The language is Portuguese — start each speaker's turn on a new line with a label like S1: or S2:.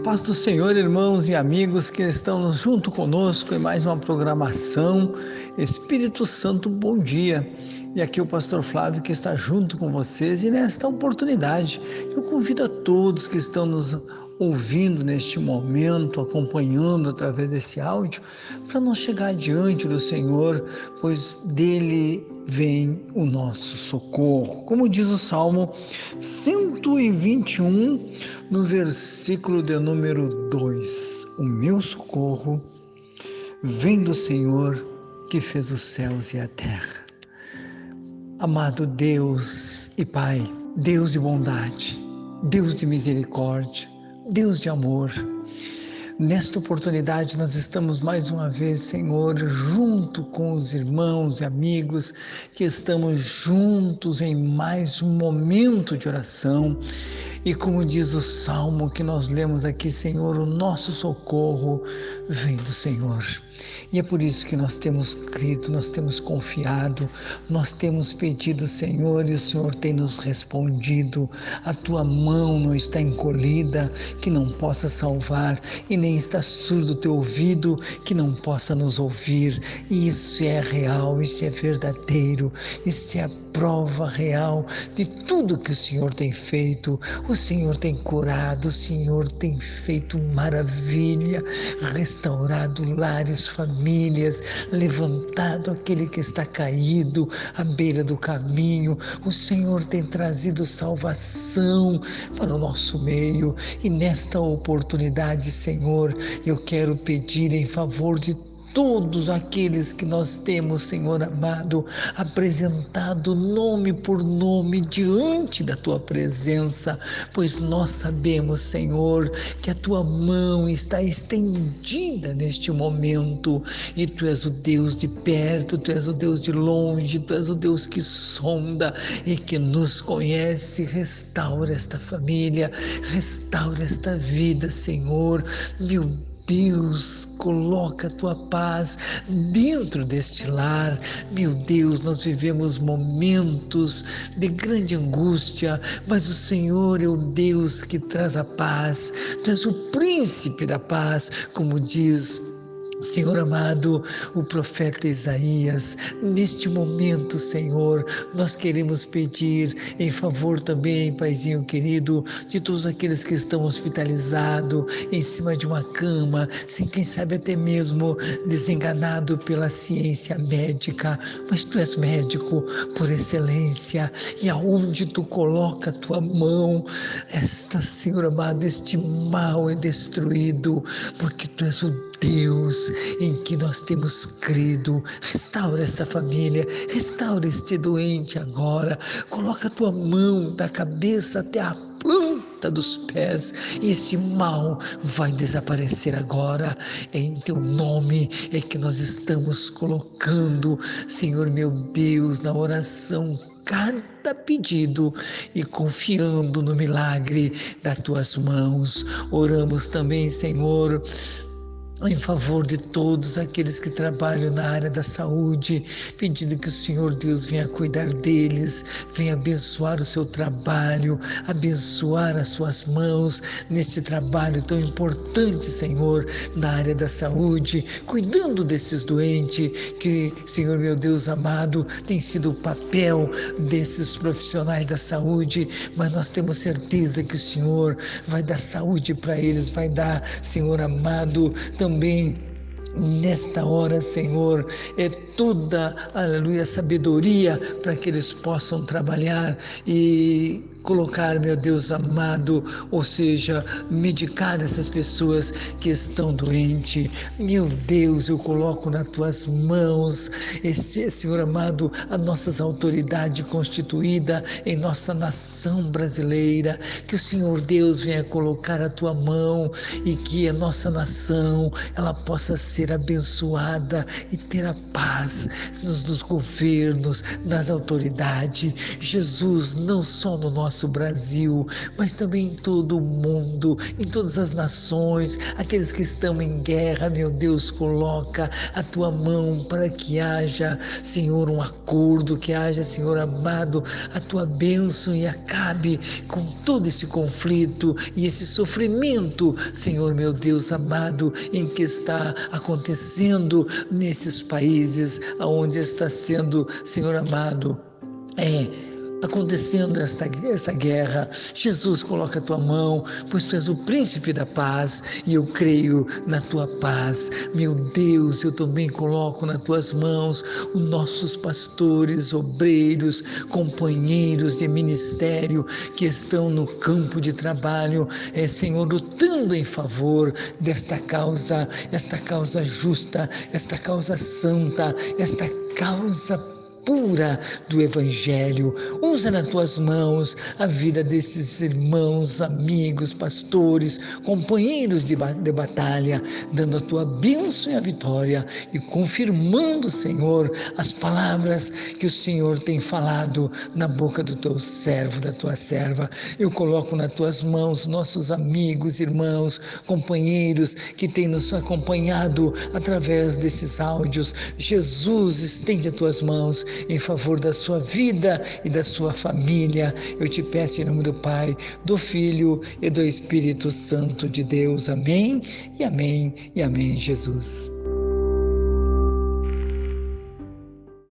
S1: Paz do Senhor, irmãos e amigos que estão junto conosco em mais uma programação. Espírito Santo, bom dia. E aqui o pastor Flávio que está junto com vocês, e nesta oportunidade eu convido a todos que estão nos ouvindo neste momento, acompanhando através desse áudio, para nós chegar diante do Senhor, pois dele vem o nosso socorro. Como diz o Salmo 121, no versículo de número 2, o meu socorro vem do Senhor que fez os céus e a terra. Amado Deus e Pai, Deus de bondade, Deus de misericórdia, Deus de amor, nesta oportunidade nós estamos mais uma vez, Senhor, junto com os irmãos e amigos que estamos juntos em mais um momento de oração. E como diz o Salmo que nós lemos aqui, Senhor, o nosso socorro vem do Senhor. E é por isso que nós temos crido, nós temos confiado, nós temos pedido, Senhor, e o Senhor tem nos respondido. A tua mão não está encolhida, que não possa salvar, e nem está surdo o teu ouvido, que não possa nos ouvir. E isso é real, isso é verdadeiro, isso é a prova real de tudo que o Senhor tem feito. O Senhor tem curado, o Senhor tem feito maravilha, restaurado lares, famílias, levantado aquele que está caído à beira do caminho. O Senhor tem trazido salvação para o nosso meio. E nesta oportunidade, Senhor, eu quero pedir em favor de todos aqueles que nós temos, Senhor amado, apresentado nome por nome diante da Tua presença, pois nós sabemos, Senhor, que a Tua mão está estendida neste momento, e Tu és o Deus de perto, Tu és o Deus de longe, Tu és o Deus que sonda e que nos conhece. Restaura esta família, restaura esta vida, Senhor, meu Deus, coloca a tua paz dentro deste lar. Meu Deus, nós vivemos momentos de grande angústia, mas o Senhor é o Deus que traz a paz. Tu és o príncipe da paz, como diz, Senhor amado, o profeta Isaías. Neste momento, Senhor, nós queremos pedir em favor também, Paizinho querido, de todos aqueles que estão hospitalizados, em cima de uma cama, sem quem sabe até mesmo desenganado pela ciência médica, mas Tu és médico por excelência, e aonde Tu coloca a Tua mão, Senhor amado, este mal é destruído, porque Tu és o Deus em que nós temos crido. Restaura esta família, restaura este doente agora, coloca a Tua mão da cabeça até a planta dos pés, e esse mal vai desaparecer agora. Em Teu nome é que nós estamos colocando, Senhor meu Deus, na oração cada pedido e confiando no milagre das Tuas mãos. Oramos também, Senhor, em favor de todos aqueles que trabalham na área da saúde, pedindo que o Senhor Deus venha cuidar deles, venha abençoar o seu trabalho, abençoar as suas mãos neste trabalho tão importante, Senhor, na área da saúde, cuidando desses doentes, que, Senhor meu Deus amado, tem sido o papel desses profissionais da saúde, mas nós temos certeza que o Senhor vai dar saúde para eles, vai dar, Senhor amado, também nesta hora, Senhor, é toda, aleluia, sabedoria para que eles possam trabalhar e colocar, meu Deus amado, ou seja, medicar essas pessoas que estão doentes. Meu Deus, eu coloco nas Tuas mãos, Senhor amado, as nossas autoridades constituídas em nossa nação brasileira, que o Senhor Deus venha colocar a Tua mão e que a nossa nação, ela possa ser abençoada e ter a paz paz nos governos, nas autoridades. Jesus, não só no nosso Brasil, mas também em todo o mundo, em todas as nações, aqueles que estão em guerra, meu Deus, coloca a tua mão para que haja, Senhor, um acordo, que haja, Senhor amado, a tua bênção e acabe com todo esse conflito e esse sofrimento, Senhor, meu Deus amado, em que está acontecendo nesses países, aonde está sendo, Senhor amado, acontecendo essa guerra. Jesus, coloca a tua mão, pois tu és o príncipe da paz e eu creio na tua paz. Meu Deus, eu também coloco nas tuas mãos os nossos pastores, obreiros, companheiros de ministério que estão no campo de trabalho, Senhor, lutando em favor desta causa, esta causa justa, esta causa santa, esta causa pura do Evangelho. Usa nas tuas mãos a vida desses irmãos, amigos, pastores, companheiros de batalha, dando a tua bênção e a vitória e confirmando, Senhor, as palavras que o Senhor tem falado na boca do teu servo, da tua serva. Eu coloco nas tuas mãos nossos amigos, irmãos, companheiros que têm nos acompanhado através desses áudios. Jesus, estende as tuas mãos em favor da sua vida e da sua família. Eu te peço em nome do Pai, do Filho e do Espírito Santo de Deus. Amém e amém e amém, Jesus.